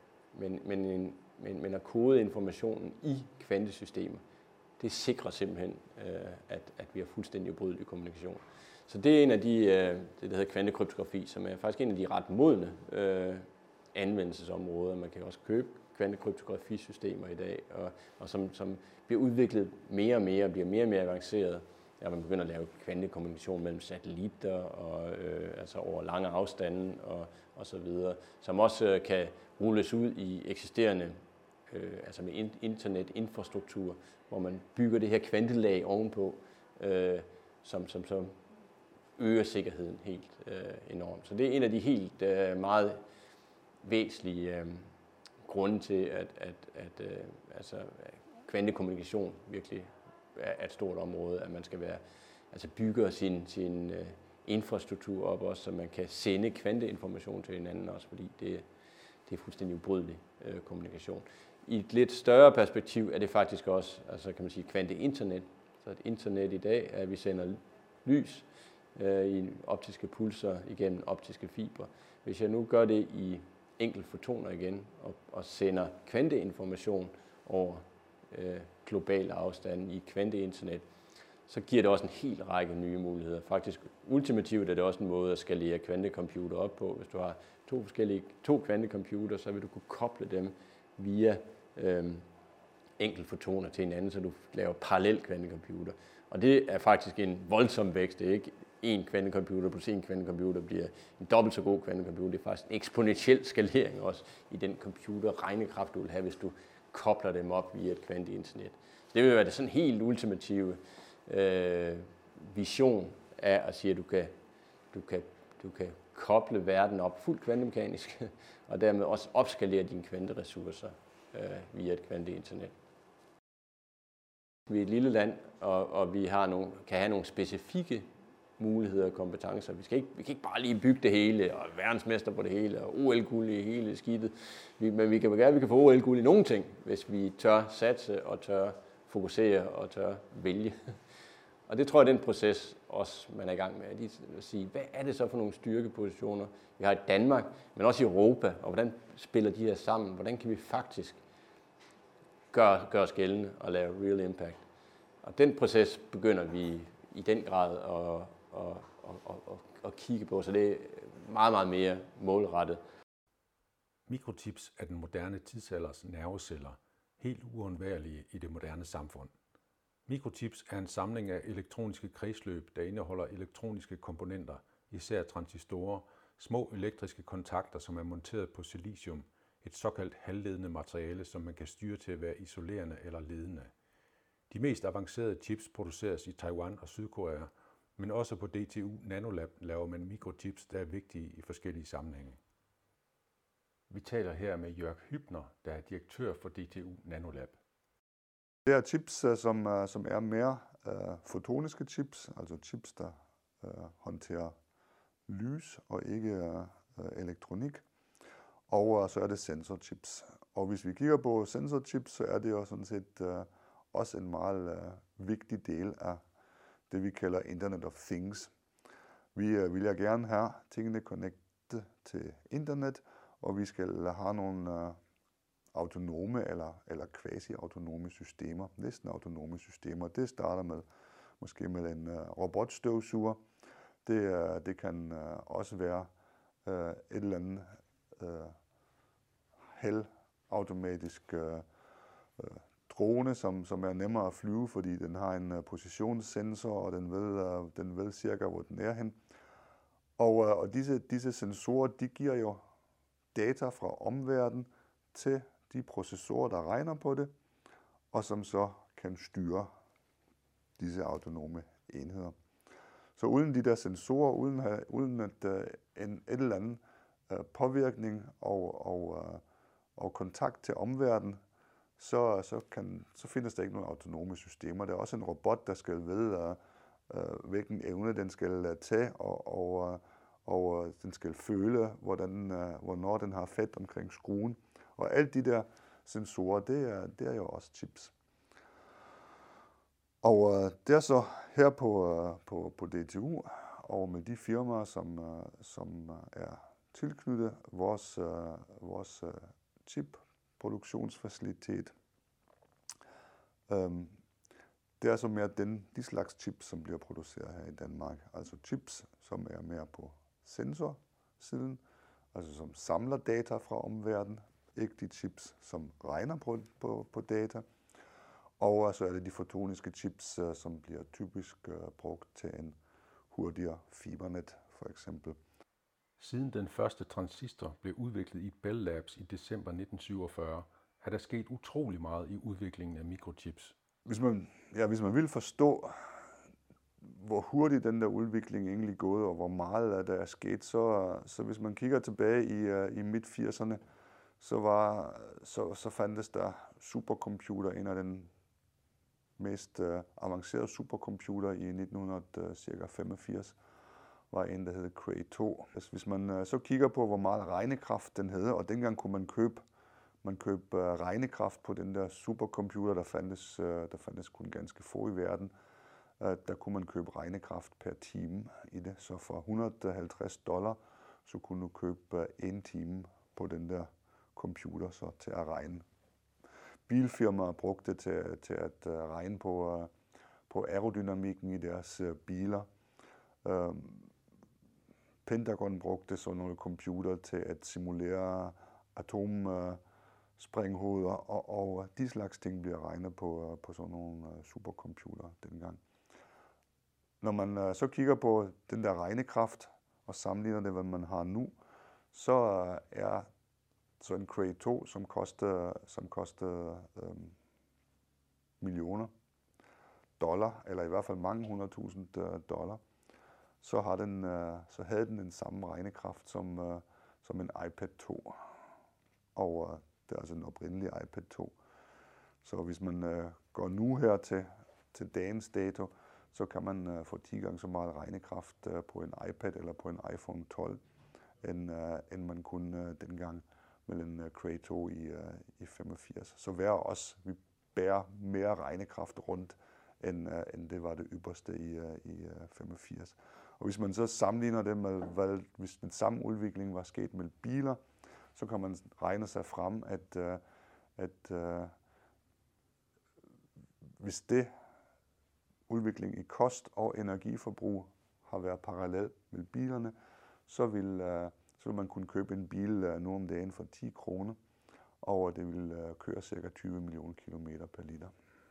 at kode informationen i kvantesystemer, det sikrer simpelthen, at vi har fuldstændig ubrydelig kommunikation. Så det er en af de, det der hedder kvantekryptografi, som er faktisk en af de ret modne anvendelsesområder. Man kan også købe kvantekryptografisystemer i dag, og som bliver udviklet mere og mere, bliver mere og mere avanceret. Ja, man begynder at lave kvantekommunikation mellem satellitter og altså over lange afstande og så videre, som også kan rulles ud i eksisterende altså med internetinfrastruktur, hvor man bygger det her kvantelag ovenpå, som øger sikkerheden helt enormt. Så det er en af de helt meget væsentlige grunde til, at kvantekommunikation virkelig er et stort område, at man skal være, altså bygger sin infrastruktur op også, så man kan sende kvanteinformation til hinanden også, fordi det er fuldstændig ubrydelig kommunikation. I et lidt større perspektiv er det faktisk også, altså kan man sige, kvanteinternet. Så et internet i dag er, at vi sender lys i optiske pulser igennem optiske fibre. Hvis jeg nu gør det i enkeltfotoner igen og sender kvanteinformation over globale afstande i kvanteinternet, så giver det også en hel række nye muligheder. Faktisk ultimativt er det også en måde at skalere kvantecomputer op på. Hvis du har to kvantecomputer, så vil du kunne koble dem via enkeltfotoner til hinanden, så du laver parallel kvantecomputer. Og det er faktisk en voldsom vækst. Det er ikke en kvantecomputer plus en kvantecomputer bliver en dobbelt så god kvantecomputer. Det er faktisk en eksponentiel skalering også i den computerregnekraft, du vil have, hvis du kobler dem op via et kvanteinternet. Så det vil være det sådan helt ultimative vision af at sige, at du kan koble verden op fuldt kvantemekanisk, og dermed også opskalere dine kvanteressourcer via et kvanteinternet. Vi er et lille land, og vi kan have nogle specifikke muligheder og kompetencer. Vi kan ikke bare lige bygge det hele, og verdensmester på det hele, og OL-guld i hele skidtet. Men vi kan få OL-guld i nogle ting, hvis vi tør satse, og tør fokusere, og tør vælge. Og det tror jeg er den proces, også man er i gang med, at sige, hvad er det så for nogle styrkepositioner, vi har i Danmark, men også i Europa, og hvordan spiller de her sammen? Hvordan kan vi faktisk gøre os gældende og lave real impact? Og den proces begynder vi i den grad at kigge på, så det er meget, meget mere målrettet. Mikrochips er den moderne tidsalders nerveceller, helt uundværlige i det moderne samfund. Mikrochips er en samling af elektroniske kredsløb, der indeholder elektroniske komponenter, især transistorer, små elektriske kontakter, som er monteret på silicium, et såkaldt halvledende materiale, som man kan styre til at være isolerende eller ledende. De mest avancerede chips produceres i Taiwan og Sydkorea, men også på DTU Nanolab laver man mikrochips, der er vigtige i forskellige sammenhænge. Vi taler her med Jörg Hübner, der er direktør for DTU Nanolab. Det er chips, som er mere fotoniske chips, altså chips, der håndterer lys og ikke elektronik. Og så er det sensorchips. Og hvis vi kigger på sensorchips, så er det jo sådan set også en meget vigtig del af det, vi kalder Internet of Things. Vi vil ja gerne have tingene connected til internet, og vi skal have nogle autonome eller quasi-autonome systemer, næsten autonome systemer. Det starter måske med en robotstøvsuger. Det kan også være et eller andet halvautomatisk drone, som er nemmere at flyve, fordi den har en positionssensor, og den ved cirka, hvor den er hen. Og disse sensorer, de giver jo data fra omverdenen til de processorer, der regner på det, og som så kan styre disse autonome enheder. Så uden de der sensorer, uden et eller andet påvirkning og kontakt til omverdenen, så findes der ikke nogen autonome systemer. Der er også en robot, der skal vide, hvilken evne den skal tage, og den skal føle, hvornår den har fat omkring skruen. Og alle de der sensorer, det er jo også chips. Og det er så her på DTU, og med de firmaer, som er tilknyttet vores chip-produktionsfacilitet. Det er så mere de slags chips, som bliver produceret her i Danmark. Altså chips, som er mere på sensorsiden, altså som samler data fra omverdenen, ikke de chips, som regner på data. Og så er det de fotoniske chips, som bliver typisk brugt til en hurtigere fibernet, for eksempel. Siden den første transistor blev udviklet i Bell Labs i december 1947, er der sket utrolig meget i udviklingen af mikrochips. Hvis man vil forstå, hvor hurtigt den der udvikling egentlig er gået, og hvor meget af det er sket, så hvis man kigger tilbage i midt-80'erne, så fandtes der supercomputer, en af den mest avancerede supercomputer i 1985 var en, der hed Cray 2. Hvis man så kigger på, hvor meget regnekraft den havde, og dengang kunne man købe regnekraft på den der supercomputer, der fandtes kun ganske få i verden. Der kunne man købe regnekraft per time i det. Så for $150, så kunne du købe 1 time på den der computer så til at regne. Bilfirmaer brugte det til at regne på aerodynamikken i deres biler. Pentagon brugte så nogle computer til at simulere atomsprænghoveder, og de slags ting bliver regnet på sådan nogle supercomputer dengang. Når man så kigger på den der regnekraft og sammenligner det, hvad man har nu, så er så en Cray 2, som koster millioner dollar, eller i hvert fald mange $100,000, så havde den den samme regnekraft som en iPad 2. Og det er altså en oprindelig iPad 2. Så hvis man går nu her til dagens dato, så kan man få 10 gange så meget regnekraft på en iPad eller på en iPhone 12, end man kunne dengang med en Cray 2 i 85. Så hver os, vi bærer mere regnekraft rundt, end det var det ypperste i 85. Og hvis man så sammenligner det med, hvis den samme udvikling var sket med biler, så kan man regne sig frem, at hvis det udvikling i kost og energiforbrug har været parallel med bilerne, så vil man kunne købe en bil nu om dagen for 10 kroner, og det vil køre ca. 20 millioner kilometer per liter.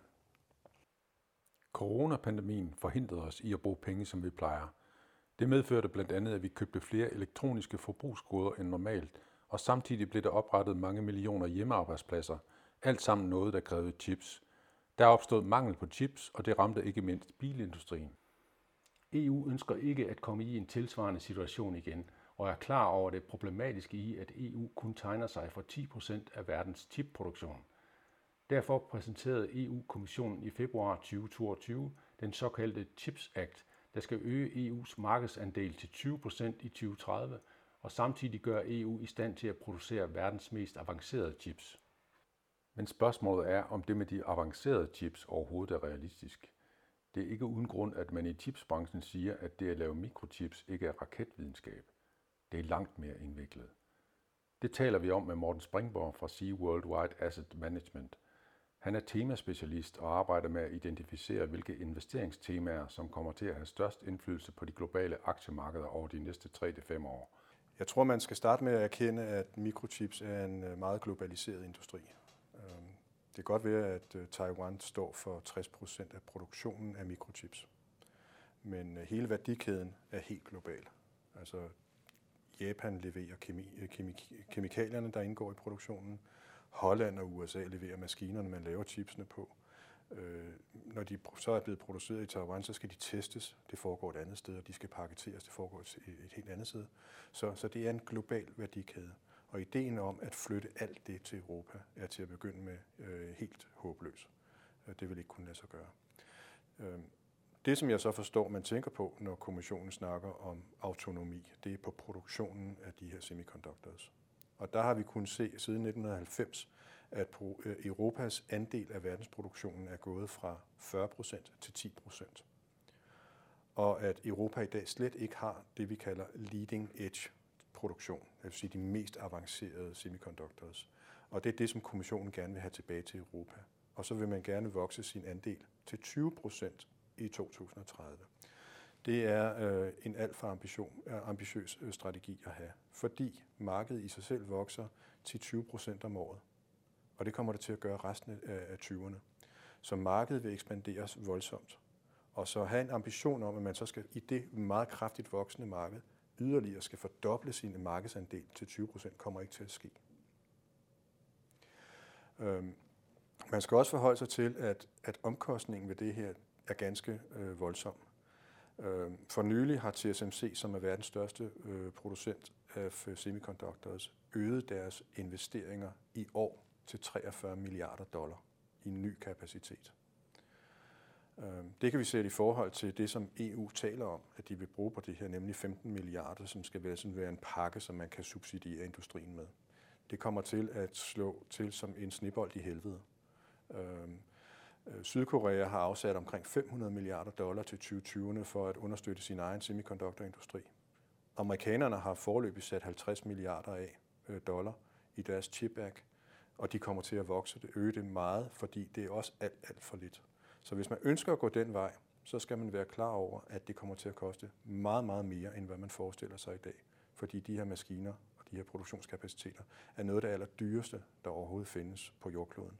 Coronapandemien forhindrede os i at bruge penge, som vi plejer. Det medførte blandt andet, at vi købte flere elektroniske forbrugsgoder end normalt, og samtidig blev der oprettet mange millioner hjemmearbejdspladser, alt sammen noget, der krævede chips. Der opstod mangel på chips, og det ramte ikke mindst bilindustrien. EU ønsker ikke at komme i en tilsvarende situation igen, og er klar over det problematiske i, at EU kun tegner sig for 10% af verdens chipproduktion. Derfor præsenterede EU-kommissionen i februar 2022 den såkaldte Chips Act, der skal øge EU's markedsandel til 20% i 2030, og samtidig gøre EU i stand til at producere verdens mest avancerede chips. Men spørgsmålet er, om det med de avancerede chips overhovedet er realistisk. Det er ikke uden grund, at man i chipsbranchen siger, at det at lave mikrochips ikke er raketvidenskab. Det er langt mere indviklet. Det taler vi om med Morten Springborg fra Sea Worldwide Asset Management. Han er temaspecialist og arbejder med at identificere, hvilke investeringstemaer, som kommer til at have størst indflydelse på de globale aktiemarkeder over de næste 3-5 år. Jeg tror, man skal starte med at erkende, at mikrochips er en meget globaliseret industri. Det kan godt være, at Taiwan står for 60% af produktionen af mikrochips. Men hele værdikæden er helt global. Altså Japan leverer kemikalierne, der indgår i produktionen. Holland og USA leverer maskinerne, man laver chipsene på. Når de så er blevet produceret i Taiwan, så skal de testes. Det foregår et andet sted, og de skal paketeres. Det foregår et helt andet sted. Så det er en global værdikæde. Og ideen om at flytte alt det til Europa er til at begynde med helt håbløs. Det vil ikke kunne lade sig gøre. Det, som jeg så forstår, man tænker på, når kommissionen snakker om autonomi, det er på produktionen af de her semiconductors. Og der har vi kunnet se siden 1990, at Europas andel af verdensproduktionen er gået fra 40% til 10%. og at Europa i dag slet ikke har det, vi kalder leading edge produktion, det vil sige de mest avancerede semiconductors. Og det er det, som kommissionen gerne vil have tilbage til Europa. Og så vil man gerne vokse sin andel til 20% i 2030. Det er en alt for ambitiøs strategi at have, fordi markedet i sig selv vokser til 20% om året. Og det kommer det til at gøre resten af 20'erne. Så markedet vil ekspanderes voldsomt. Og så have en ambition om, at man så skal i det meget kraftigt voksende marked yderligere skal fordoble sin markedsandel til 20%, kommer ikke til at ske. Man skal også forholde sig til, at omkostningen ved det her er ganske voldsom. For nylig har TSMC, som er verdens største producent af semiconductors, øget deres investeringer i år til $43 milliarder i ny kapacitet. Det kan vi sætte i forhold til det, som EU taler om, at de vil bruge på det her, nemlig 15 milliarder, som skal være en pakke, som man kan subsidiere industrien med. Det kommer til at slå til som en snebold i helvede. Sydkorea har afsat omkring $500 milliarder til 2020'erne for at understøtte sin egen semiconductorindustri. Amerikanerne har foreløbig sat $50 milliarder af dollar i deres Chip Act, og de kommer til at øge det meget, fordi det er også alt for lidt. Så hvis man ønsker at gå den vej, så skal man være klar over, at det kommer til at koste meget, meget mere, end hvad man forestiller sig i dag. Fordi de her maskiner og de her produktionskapaciteter er noget af det allerdyreste, der overhovedet findes på jordkloden.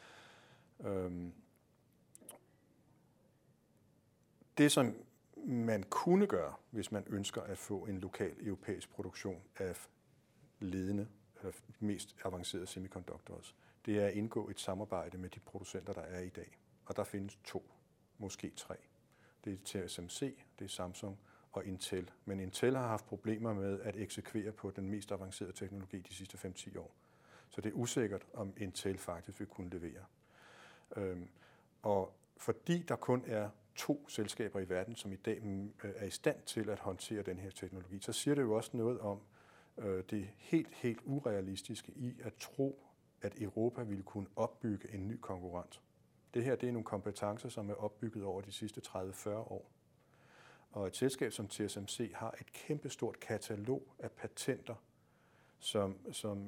Det, som man kunne gøre, hvis man ønsker at få en lokal europæisk produktion af ledende, eller mest avancerede semiconductors, det er at indgå et samarbejde med de producenter, der er i dag. Og der findes 2, måske 3. Det er TSMC, det er Samsung og Intel. Men Intel har haft problemer med at eksekvere på den mest avancerede teknologi de sidste 5-10 år. Så det er usikkert, om Intel faktisk vil kunne levere. Og fordi der kun er 2 selskaber i verden, som i dag er i stand til at håndtere den her teknologi, så siger det jo også noget om det helt urealistiske i at tro, at Europa ville kunne opbygge en ny konkurrent. Det her det er nogle kompetencer, som er opbygget over de sidste 30-40 år. Og et selskab som TSMC har et kæmpestort katalog af patenter, som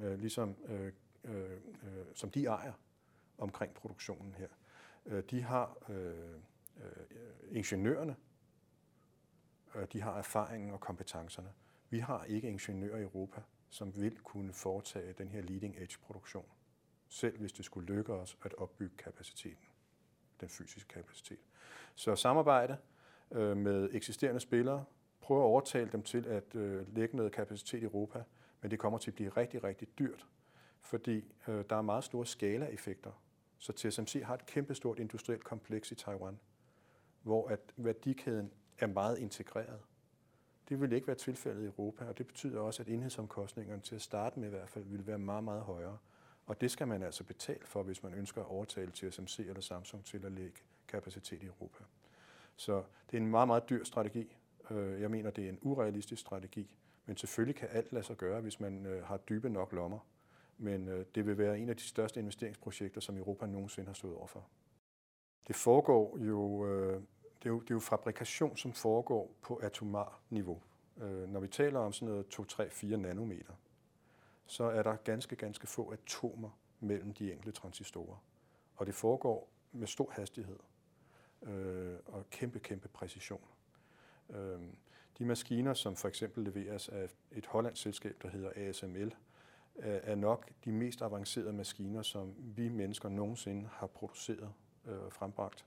de ejer omkring produktionen her. De har ingeniørerne, de har erfaringen og kompetencerne. Vi har ikke ingeniører i Europa, som vil kunne foretage den her leading edge produktion, selv hvis det skulle lykke os at opbygge kapaciteten, den fysiske kapacitet. Så samarbejde med eksisterende spillere, prøve at overtale dem til at lægge noget kapacitet i Europa, men det kommer til at blive rigtig, rigtig dyrt, fordi der er meget store skalaeffekter. Så TSMC har et kæmpestort industrielt kompleks i Taiwan, hvor at værdikæden er meget integreret. Det vil ikke være tilfældet i Europa, og det betyder også, at enhedsomkostningerne til at starte med i hvert fald vil være meget, meget højere. Og det skal man altså betale for, hvis man ønsker at overtale TSMC eller Samsung til at lægge kapacitet i Europa. Så det er en meget, meget dyr strategi. Jeg mener, det er en urealistisk strategi, men selvfølgelig kan alt lade sig gøre, hvis man har dybe nok lommer. Men det vil være en af de største investeringsprojekter, som Europa nogensinde har stået overfor. Det foregår jo, det er jo fabrikation, som foregår på atomar niveau. Når vi taler om sådan noget 2-3-4 nanometer, så er der ganske få atomer mellem de enkelte transistorer. Og det foregår med stor hastighed og kæmpe præcision. De maskiner, som for eksempel leveres af et hollandsk selskab, der hedder ASML, er nok de mest avancerede maskiner, som vi mennesker nogensinde har produceret og frembragt.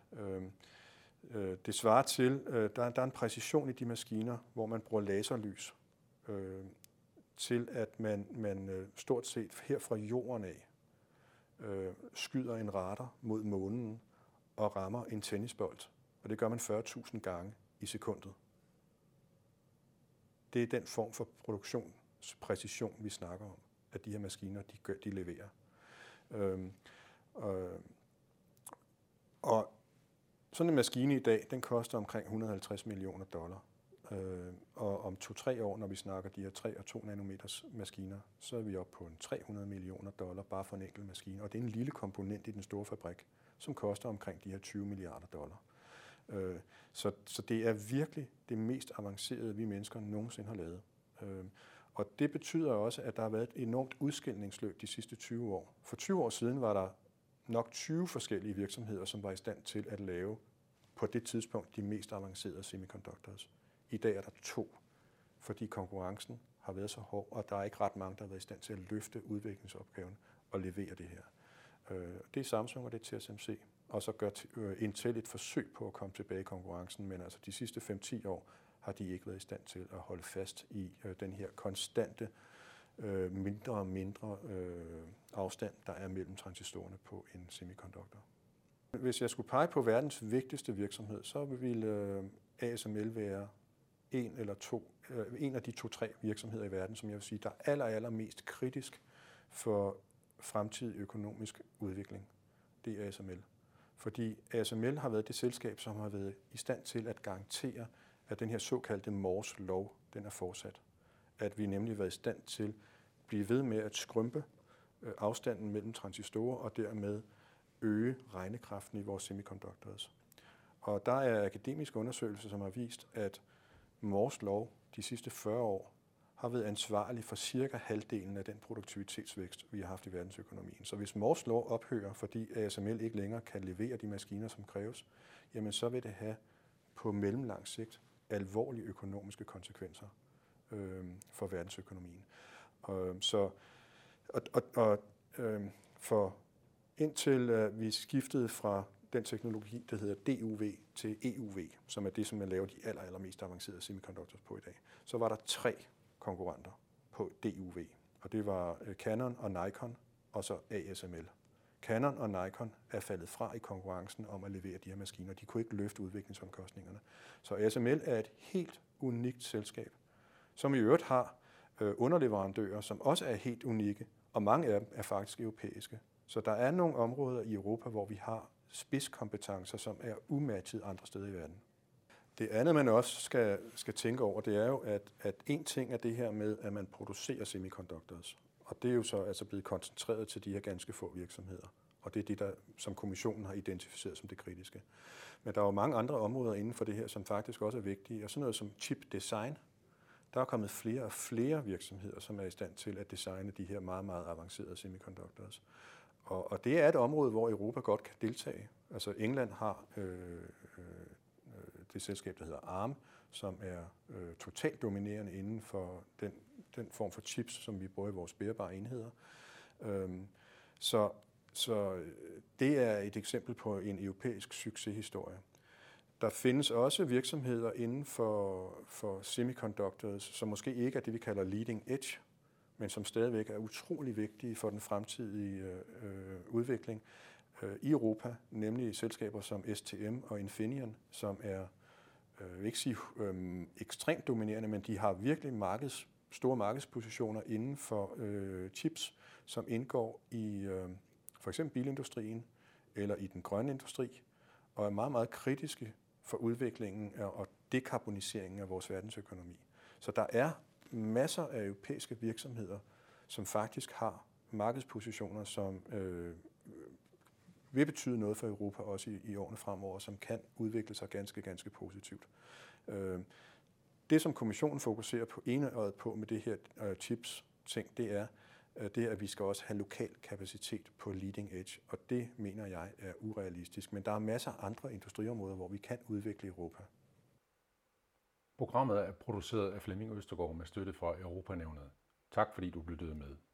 Det svarer til, der er en præcision i de maskiner, hvor man bruger laserlys til, at man stort set her fra jorden af skyder en radar mod månen og rammer en tennisbold. Og det gør man 40.000 gange i sekundet. Det er den form for produktionspræcision, vi snakker om, at de her maskiner de leverer. Og sådan en maskine i dag, den koster omkring $150 millioner. Og om 2-3 år, når vi snakker de her 3 og 2 nanometers maskiner, så er vi oppe på $300 millioner bare for en enkelt maskine. Og det er en lille komponent i den store fabrik, som koster omkring de her $20 milliarder. Så det er virkelig det mest avancerede, vi mennesker nogensinde har lavet. Og det betyder også, at der har været et enormt udskilningsløb de sidste 20 år. For 20 år siden var der nok 20 forskellige virksomheder, som var i stand til at lave på det tidspunkt de mest avancerede semiconductors. I dag er der 2, fordi konkurrencen har været så hård, og der er ikke ret mange, der har været i stand til at løfte udviklingsopgaven og levere det her. Det er Samsung, og det er TSMC. Og så gør Intel et forsøg på at komme tilbage i konkurrencen, men altså de sidste 5-10 år har de ikke været i stand til at holde fast i den her konstante, mindre og mindre afstand, der er mellem transistorerne på en semiconductor. Hvis jeg skulle pege på verdens vigtigste virksomhed, så ville ASML være en af de 2-3 virksomheder i verden, som jeg vil sige, der er allermest kritisk for fremtidig økonomisk udvikling. Det er ASML. Fordi ASML har været det selskab, som har været i stand til at garantere, at den her såkaldte Moores lov, den er fortsat. At vi nemlig har været i stand til at blive ved med at skrumpe afstanden mellem transistorer og dermed øge regnekraften i vores semiconductors. Og der er akademiske undersøgelser, som har vist, at Moores lov de sidste 40 år har været ansvarlig for cirka halvdelen af den produktivitetsvækst, vi har haft i verdensøkonomien. Så hvis Moores lov ophører, fordi ASML ikke længere kan levere de maskiner, som kræves, jamen så vil det have på mellemlang sigt alvorlige økonomiske konsekvenser for verdensøkonomien. For indtil vi skiftede fra den teknologi, der hedder DUV til EUV, som er det, som man laver de allermest avancerede semiconductors på i dag, så var der 3 konkurrenter på DUV. Og det var Canon og Nikon, og så ASML. Canon og Nikon er faldet fra i konkurrencen om at levere de her maskiner. De kunne ikke løfte udviklingsomkostningerne. Så ASML er et helt unikt selskab, som i øvrigt har underleverandører, som også er helt unikke, og mange af dem er faktisk europæiske. Så der er nogle områder i Europa, hvor vi har spidskompetencer, som er umatchet andre steder i verden. Det andet, man også skal tænke over, det er jo, at en ting er det her med, at man producerer semiconductors. Og det er jo så altså blevet koncentreret til de her ganske få virksomheder. Og det er det, der, som kommissionen har identificeret som det kritiske. Men der er jo mange andre områder inden for det her, som faktisk også er vigtige. Og sådan noget som chip design. Der er kommet flere og flere virksomheder, som er i stand til at designe de her meget, meget avancerede semiconductors. Og det er et område, hvor Europa godt kan deltage. Altså England har det selskab, der hedder ARM, som er totalt dominerende inden for den form for chips, som vi bruger i vores bærbare enheder. Så det er et eksempel på en europæisk succeshistorie. Der findes også virksomheder inden for semiconductors, som måske ikke er det, vi kalder leading edge, men som stadigvæk er utrolig vigtige for den fremtidige udvikling i Europa, nemlig selskaber som STM og Infineon, som er, jeg vil ikke sige ekstremt dominerende, men de har virkelig store markedspositioner inden for chips, som indgår i for eksempel bilindustrien eller i den grønne industri, og er meget, meget kritiske for udviklingen og dekarboniseringen af vores verdensøkonomi. Så der er masser af europæiske virksomheder, som faktisk har markedspositioner, som vil betyde noget for Europa også i årene fremover, som kan udvikle sig ganske, ganske positivt. Det, som kommissionen fokuserer på enøjet på med det her chips-ting, det er, at vi skal også have lokal kapacitet på leading edge, og det mener jeg er urealistisk. Men der er masser af andre industriområder, hvor vi kan udvikle Europa. Programmet er produceret af Flemming Østergaard med støtte fra Europanævnet. Tak fordi du lyttede med.